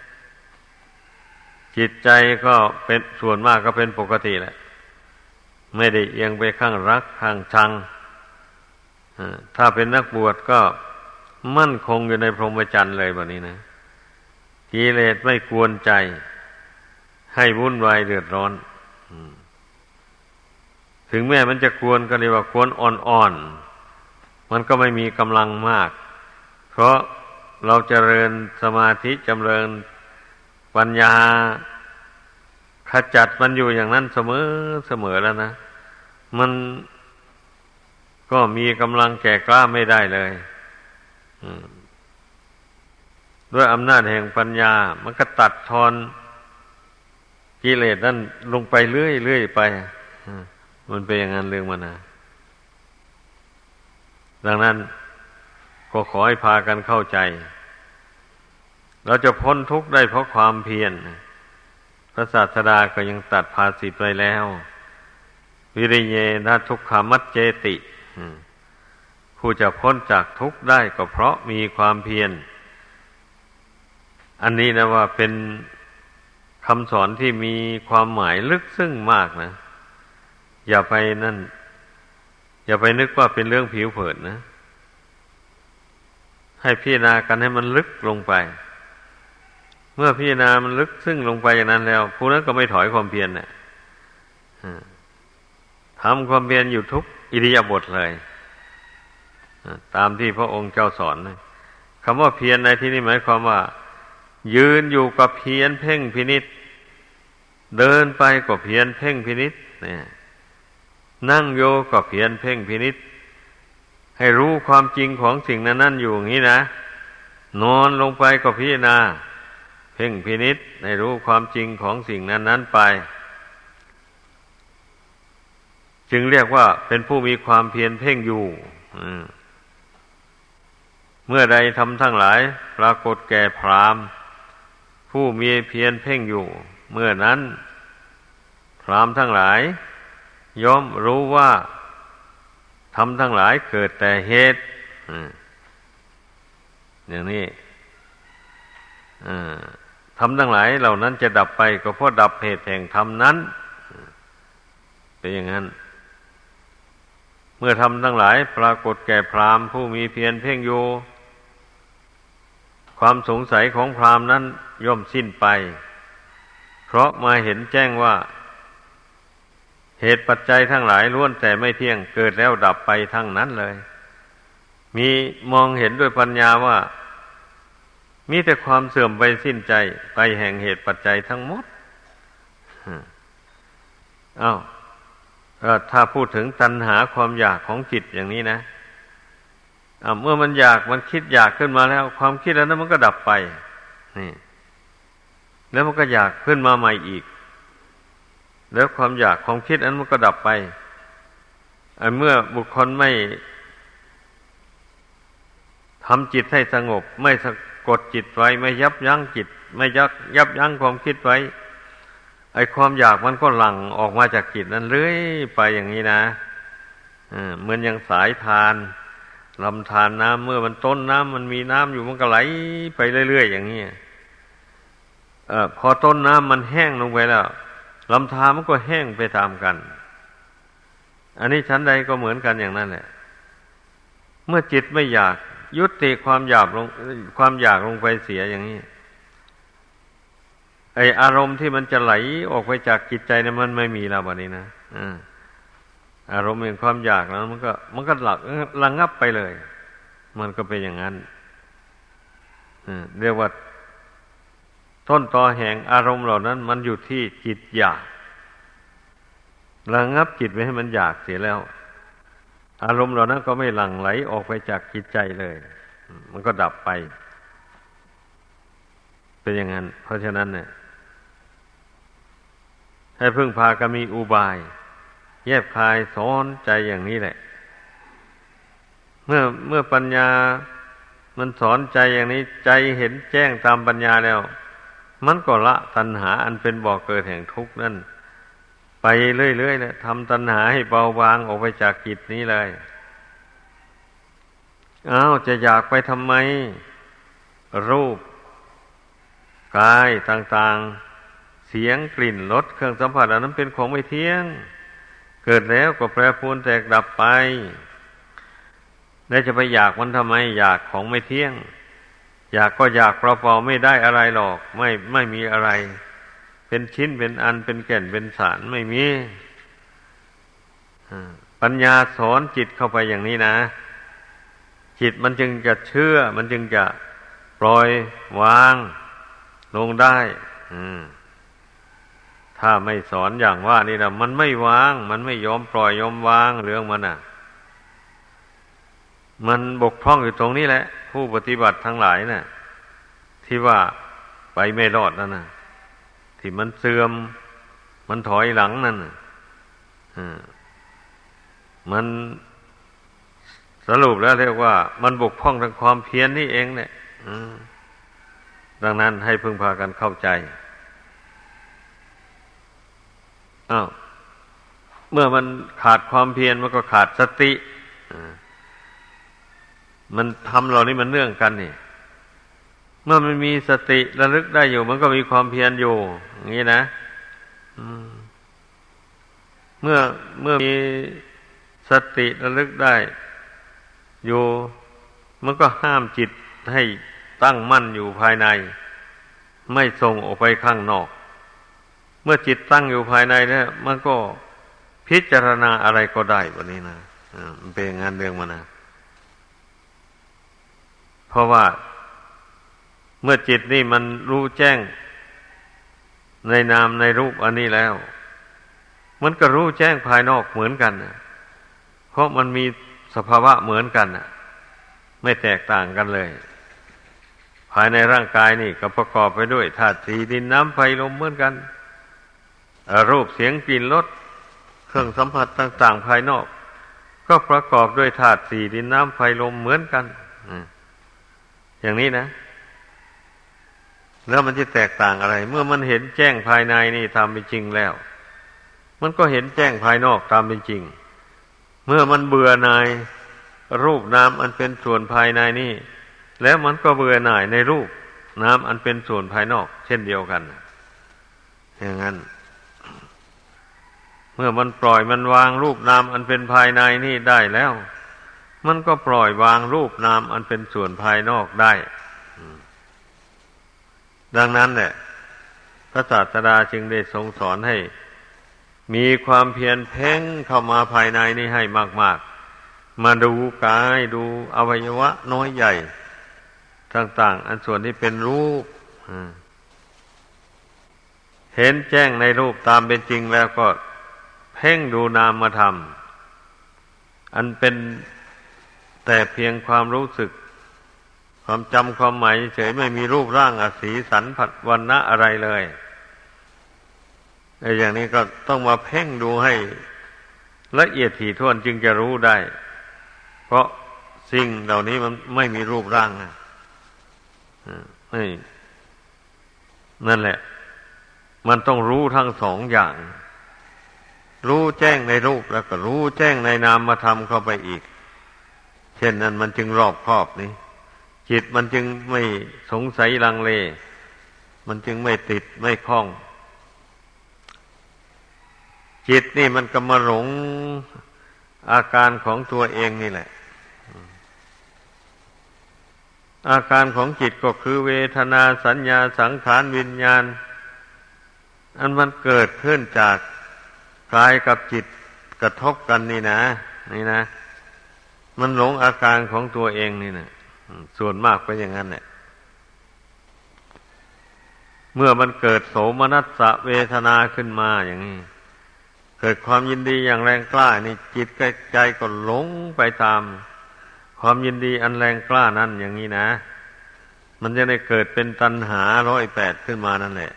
จิตใจก็เป็นส่วนมากก็เป็นปกติแหละไม่ได้เอียงไปข้างรักข้างชังถ้าเป็นนักบวชก็มั่นคงอยู่ในพรหมจรรย์เลยแบบนี้นะกิเลสไม่กวนใจให้วุ่นวายเดือดร้อนถึงแม้มันจะกวนก็เรียกว่ากวนอ่อนๆมันก็ไม่มีกำลังมากเพราะเราเจริญสมาธิจำเริญปัญญาขจัดมันอยู่อย่างนั้นเสมอเสมอแล้วนะมันก็มีกำลังแก่กล้าไม่ได้เลยด้วยอำนาจแห่งปัญญามันก็ตัดทอนกิเลสนั่นลงไปเรื่อยๆไปมันเป็นอย่างนั้นเรื่องมันนะดังนั้นก็ขอให้พากันเข้าใจเราจะพ้นทุกข์ได้เพราะความเพียรพระศาสดาก็ยังตัดภาษิตไว้แล้ววิริเยนะทุกขามัจเจติผู้จะพ้นจากทุกข์ได้ก็เพราะมีความเพียรอันนี้นะว่าเป็นคำสอนที่มีความหมายลึกซึ้งมากนะอย่าไปนั่นอย่าไปนึกว่าเป็นเรื่องผิวเผินนะให้พิจารณากันให้มันลึกลงไปเมื่อพิจารณามันลึกซึ้งลงไปอย่างนั้นแล้วผู้นั้นก็ไม่ถอยความเพียรน่ะทำความเพียรอยู่ทุกอิริยาบถเลยตามที่พระองค์เจ้าสอนคำว่าเพียรในที่นี้หมายความว่ายืนอยู่กับเพียรเพ่งพินิจเดินไปก็เพียรเพ่งพินิจเนี่ยนั่งโยก็เพียรเพ่งพินิจให้รู้ความจริงของสิ่งนั้นนั่นอยู่อย่างนี้นะนอนลงไปก็พิจารณาเพ่งพินิจให้รู้ความจริงของสิ่งนั้นนั้นไปจึงเรียกว่าเป็นผู้มีความเพียรเพ่งอยู่เมื่อใดทำทั้งหลายปรากฏแก่พราหมณ์ผู้มีเพียรเพ่งอยู่เมื่อนั้นพราหมณ์ทั้งหลายย่อมรู้ว่าทำทั้งหลายเกิดแต่เหตุอย่างนี้ทรมทั้งหลายเหล่านั้นจะดับไปก็เพราะดับเหตุแห่งธรรมนั้นเป็นอย่างนั้นเมื่อธรรมทั้งหลายปรากฏแก่พราหมณ์ผู้มีเพียรเพ่งอยู่ความสงสัยของพราหมณ์นั้นย่อมสิ้นไปเพราะมาเห็นแจ้งว่าเหตุปัจจัยทั้งหลายล้วนแต่ไม่เที่ยงเกิดแล้วดับไปทั้งนั้นเลยมีมองเห็นด้วยปัญญาว่ามีแต่ความเสื่อมไปสิ้นใจไปแห่งเหตุปัจจัยทั้งหมดอ้าวถ้าพูดถึงตัณหาความอยากของจิตอย่างนี้นะเมื่อมันอยากมันคิดอยากขึ้นมาแล้วความคิดแล้วนั้นมันก็ดับไปนี่แล้วมันก็อยากขึ้นมาใหม่อีกแล้วความอยากความคิดนั้นมันก็ดับไปเมื่อบุคคลไม่ทำจิตให้สงบไม่สะกดจิตไว้ไม่ยับยั้งจิตไม่ยับยับยั้งความคิดไว้ไอ้ความอยากมันก็หลั่งออกมาจากจิตนั้นเรื่อยไปอย่างนี้นะเหมือนอย่างสายทานลำธารน้ำเมื่อมันต้นน้ำมันมีน้ำอยู่มันก็ไหลไปเรื่อยๆอย่างนี้เอ่อพอต้นน้ำมันแห้งลงไปแล้วลำธารมันก็แห้งไปตามกันอันนี้ชั้นใดก็เหมือนกันอย่างนั้นแหละเมื่อจิตไม่อยากยุติความอยากลงความอยากลงไปเสียอย่างนี้ไออารมณ์ที่มันจะไหลออกไปจากจิตใจเนี่ยมันไม่มีแล้วบัดนี้นะอ่าอารมณ์แห่งความอยากนั้นมันก็มันก็หลักระงับไปเลยมันก็เป็นอย่างนั้นอ่าเรียกว่าต้นตอแห่งอารมณ์เหล่านั้นมันอยู่ที่จิตอยากระงับจิตไว้ให้มันอยากเสียแล้วอารมณ์เหล่านั้นก็ไม่หลั่งไหลออกไปจากจิตใจเลยมันก็ดับไปเป็นอย่างนั้นเพราะฉะนั้นเนี่ยให้พึ่งพากันมีอุบายแยบคายสอนใจอย่างนี้แหละเมื่อเมื่อปัญญามันสอนใจอย่างนี้ใจเห็นแจ้งตามปัญญาแล้วมันก็ละตัณหาอันเป็นบ่อเกิดแห่งทุกข์นั่นไปเรื่อยๆเลยทำตัณหาให้เบาบางออกไปจากจิตนี้เลยอ้าวจะอยากไปทำไมรูปกายต่างๆเสียงกลิ่นรสเครื่องสัมผัสอันนั้นเป็นของไม่เที่ยงเกิดแล้วก็แปรปรวนแตกดับไปแล้วจะไปอยากมันทำไมอยากของไม่เที่ยงอยากก็อยากเปล่าๆไม่ได้อะไรหรอกไม่ไม่มีอะไรเป็นชิ้นเป็นอันเป็นแก่นเป็นสารไม่มีปัญญาสอนจิตเข้าไปอย่างนี้นะจิตมันจึงจะเชื่อมันจึงจะปล่อยวางลงได้ถ้าไม่สอนอย่างว่านี่นะมันไม่วางมันไม่ยอมปล่อยยอมวางเรื่องมันอ่ะมันบกพร่องอยู่ตรงนี้แหละผู้ปฏิบัติทั้งหลายน่ะที่ว่าไปไม่รอดนั่นน่ะที่มันเสื่อมมันถอยหลังนั่นน่ะมันสรุปแล้วเรียกว่ามันบกพร่องทางความเพียรนี่เองเนี่ยดังนั้นให้พึงพากันเข้าใจอ้าวเมื่อมันขาดความเพียรมันก็ขาดสติมันทำเหล่านี้มันเนื่องกันนี่เมื่อมันมีสติระลึกได้อยู่มันก็มีความเพียรอยู่อย่างนี้นะเมื่อเมื่อมีสติระลึกได้อยู่มันก็ห้ามจิตให้ตั้งมั่นอยู่ภายในไม่ส่งออกไปข้างนอกเมื่อจิตตั้งอยู่ภายในแล้วมันก็พิจารณาอะไรก็ได้แบบนี้นะมันเป็นงานเรื่องมันนะเพราะว่าเมื่อจิตนี่มันรู้แจ้งในนามในรูปอันนี้แล้วมันก็รู้แจ้งภายนอกเหมือนกันนะเพราะมันมีสภาวะเหมือนกันนะไม่แตกต่างกันเลยภายในร่างกายนี่ก็ประกอบไปด้วยธาตุสี่ดินน้ำไฟลมเหมือนกันรูปเสียงกลิ่นรสเครื่องสัมผัสต่างๆภายนอกก็ประกอบด้วยธาตุสี่ดินน้ำไฟลมเหมือนกันอย่างนี้นะแล้วมันจะแตกต่างอะไรเมื่อมันเห็นแจ้งภายในนี่ตามเป็นจริงแล้วมันก็เห็นแจ้งภายนอกตามเป็นจริงเมื่อมันเบื่อหน่ายรูปนามอันเป็นส่วนภายในนี่แล้วมันก็เบื่อหน่ายในรูปน้ำอันเป็นส่วนภายนอกเช่นเดียวกันอย่างนั้นเมื่อมันปล่อยมันวางรูปนามอันเป็นภายในนี่ได้แล้วมันก็ปล่อยวางรูปนามอันเป็นส่วนภายนอกได้ดังนั้นแหละพระศาสดาจึงได้ทรงสอนให้มีความเพียรเพ่งเข้ามาภายในนี่ให้มากๆมาดูกายดูอวัยวะน้อยใหญ่ต่างๆอันส่วนที่เป็นรูปเห็นแจ้งในรูปตามเป็นจริงแล้วก็เพ่งดูนามธรรมอันเป็นแต่เพียงความรู้สึกความจำความหมายเฉยไม่มีรูปร่างอสีสันผัดวรรณะอะไรเลยไอ้อย่างนี้ก็ต้องมาเพ่งดูให้ละเอียดถี่ถ้วนจึงจะรู้ได้เพราะสิ่งเหล่านี้มันไม่มีรูปร่างนะนี่นั่นแหละมันต้องรู้ทั้งสองอย่างรู้แจ้งในรูปแล้วก็รู้แจ้งในนามธรรมเข้าไปอีกเช่นนั้นมันจึงรอบคอบนี่จิตมันจึงไม่สงสัยลังเลมันจึงไม่ติดไม่คล้องจิตนี่มันก็มาหลงอาการของตัวเองนี่แหละอาการของจิตก็คือเวทนาสัญญาสังขารวิญญาณอันมันเกิดขึ้นจากกายกับจิตกระทบกันนี่นะนี่นะมันหลงอาการของตัวเองนี่นะส่วนมากเป็นอย่างนั้นแหละเมื่อมันเกิดโสมนัสสะเวทนาขึ้นมาอย่างนี้เกิดความยินดีอย่างแรงกล้านี่จิตใจก็หลงไปตามความยินดีอันแรงกล้านั้นอย่างนี้นะมันจะได้เกิดเป็นตัณหาร้อยแปดขึ้นมานั่นแหละ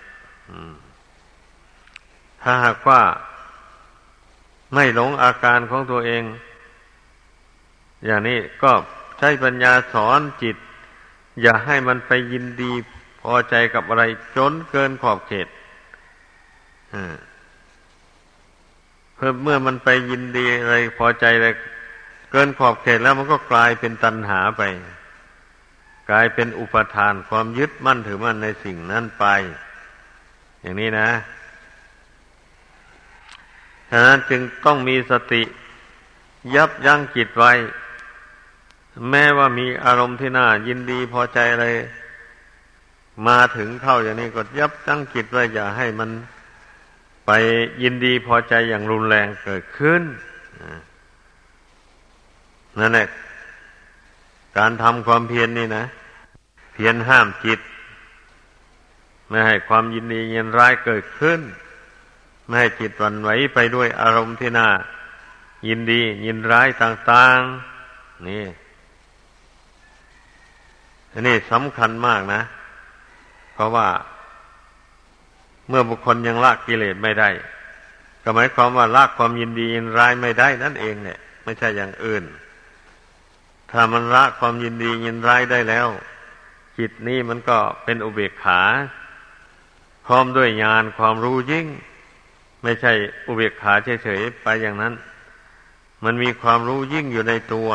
ถ้าหากว่าไม่หลงอาการของตัวเองอย่างนี้ก็ใช้ปัญญาสอนจิตอย่าให้มันไปยินดีพอใจกับอะไรจนเกินขอบเขตเพิ่มเมื่อมันไปยินดีอะไรพอใจอะไรเกินขอบเขตแล้วมันก็กลายเป็นตัณหาไปกลายเป็นอุปทานความยึดมั่นถือมั่นในสิ่งนั้นไปอย่างนี้นะฉะนั้นจึงต้องมีสติยับยั้งจิตไว้แม้ว่ามีอารมณ์ที่น่ายินดีพอใจอะไรมาถึงเข้าอย่างนี้ก็ยับยั้งจิตไว้อย่าให้มันไปยินดีพอใจอย่างรุนแรงเกิดขึ้นนั่นแหละการทำความเพียร น, นี่นะเพียรห้ามจิตไม่ให้ความยินดียินร้ายเกิดขึ้นไม่ให้จิตหวั่นไหวไปด้วยอารมณ์ที่น่ายินดียินร้ายต่างๆนี่อันนี้สำคัญมากนะเพราะว่าเมื่อบุคคลยังละกิเลสไม่ได้ก็หมายความว่าละความยินดียินร้ายไม่ได้นั่นเองเนี่ยไม่ใช่อย่างอื่นถ้ามันละความยินดียินร้ายได้แล้วจิตนี้มันก็เป็นอุเบกขาพร้อมด้วยญาณความรู้ยิ่งไม่ใช่อุเบกขาเฉยๆไปอย่างนั้นมันมีความรู้ยิ่งอยู่ในตัว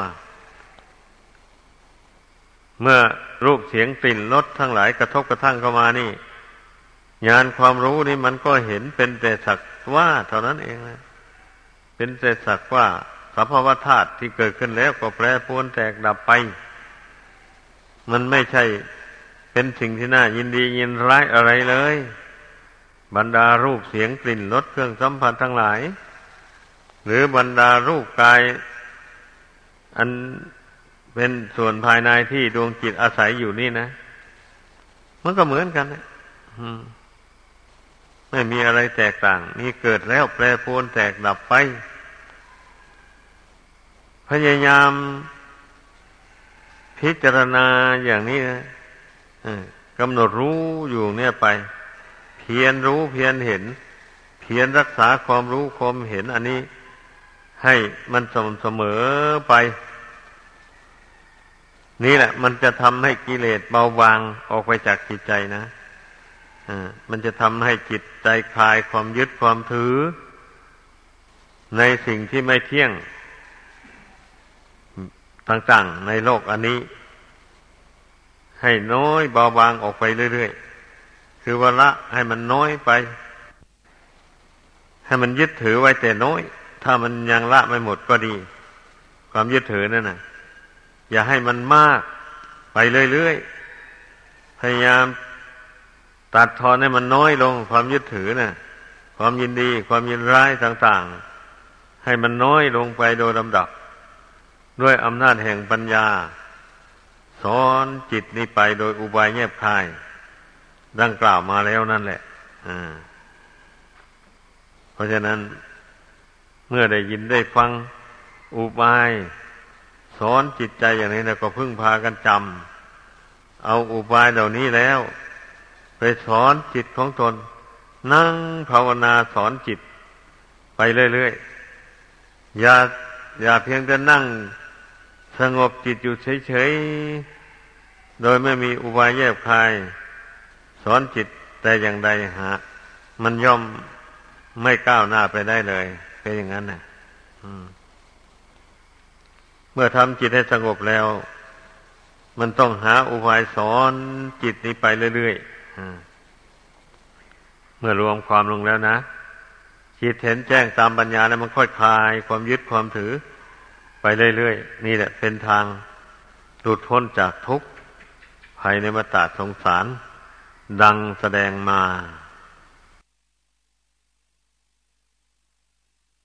เมื่อรูปเสียงกลิ่นรสทั้งหลายกระทบกระทั่งเข้ามานี่ญาณความรู้นี่มันก็เห็นเป็นแต่สักว่าเท่านั้นเองนะเป็นแต่สักว่าสภาวะธาตุที่เกิดขึ้นแล้วก็แปรปรวนแตกดับไปมันไม่ใช่เป็นสิ่งที่น่ายินดียินร้ายอะไรเลยบรรดารูปเสียงกลิ่นรสเครื่องสัมผัสทั้งหลายหรือบรรดารูปกายอันเป็นส่วนภายในที่ดวงจิตอาศัยอยู่นี่นะมันก็เหมือนกันนะไม่มีอะไรแตกต่างมีเกิดแล้วแปรปรวนแตกดับไปพยายามพิจารณาอย่างนี้นะกำหนดรู้อยู่เนี่ยไปเพียรรู้เพียรเห็นเพียรรักษาความรู้ความเห็นอันนี้ให้มันสม่ำเสมอไปนี่แหละมันจะทำให้กิเลสเบาบางออกไปจากจิตใจนะอ่ามันจะทำให้จิตใจคลายความยึดความถือในสิ่งที่ไม่เที่ยงต่างๆในโลกอันนี้ให้น้อยเบาบางออกไปเรื่อยๆคือว่าละให้มันน้อยไปให้มันยึดถือไว้แต่น้อยถ้ามันยังละไม่หมดก็ดีความยึดถือนั่นน่ะอย่าให้มันมากไปเรื่อยๆพยายามตัดทอนให้มันน้อยลงความยึดถือน่ะความยินดีความยินร้ายต่างๆให้มันน้อยลงไปโดยลำดับด้วยอำนาจแห่งปัญญาสอนจิตนี้ไปโดยอุบายแยบคายดังกล่าวมาแล้วนั่นแหละอ่าเพราะฉะนั้นเมื่อได้ยินได้ฟังอุบายสอนจิตใจอย่างนี้แล้วก็พึ่งพากันจำเอาอุบายเหล่านี้แล้วไปสอนจิตของตนนั่งภาวนาสอนจิตไปเรื่อยๆอย่าอย่าเพียงแต่นั่งสงบจิตอยู่เฉยๆโดยไม่มีอุบายแยบคายสอนจิตแต่อย่างใดหามันย่อมไม่ก้าวหน้าไปได้เลยเป็นอย่างนั้นนะเมื่อทำจิตให้สงบแล้วมันต้องหาอุบายสอนจิตนี้ไปเรื่อยๆเมื่อรวมความลงแล้วนะจิตเห็นแจ้งตามปัญญาแล้วมันค่อยคลายความยึดความถือไปเรื่อยๆนี่แหละเป็นทางหลุดพ้นจากทุกข์ภายในวัฏสงสารดังแสดงมา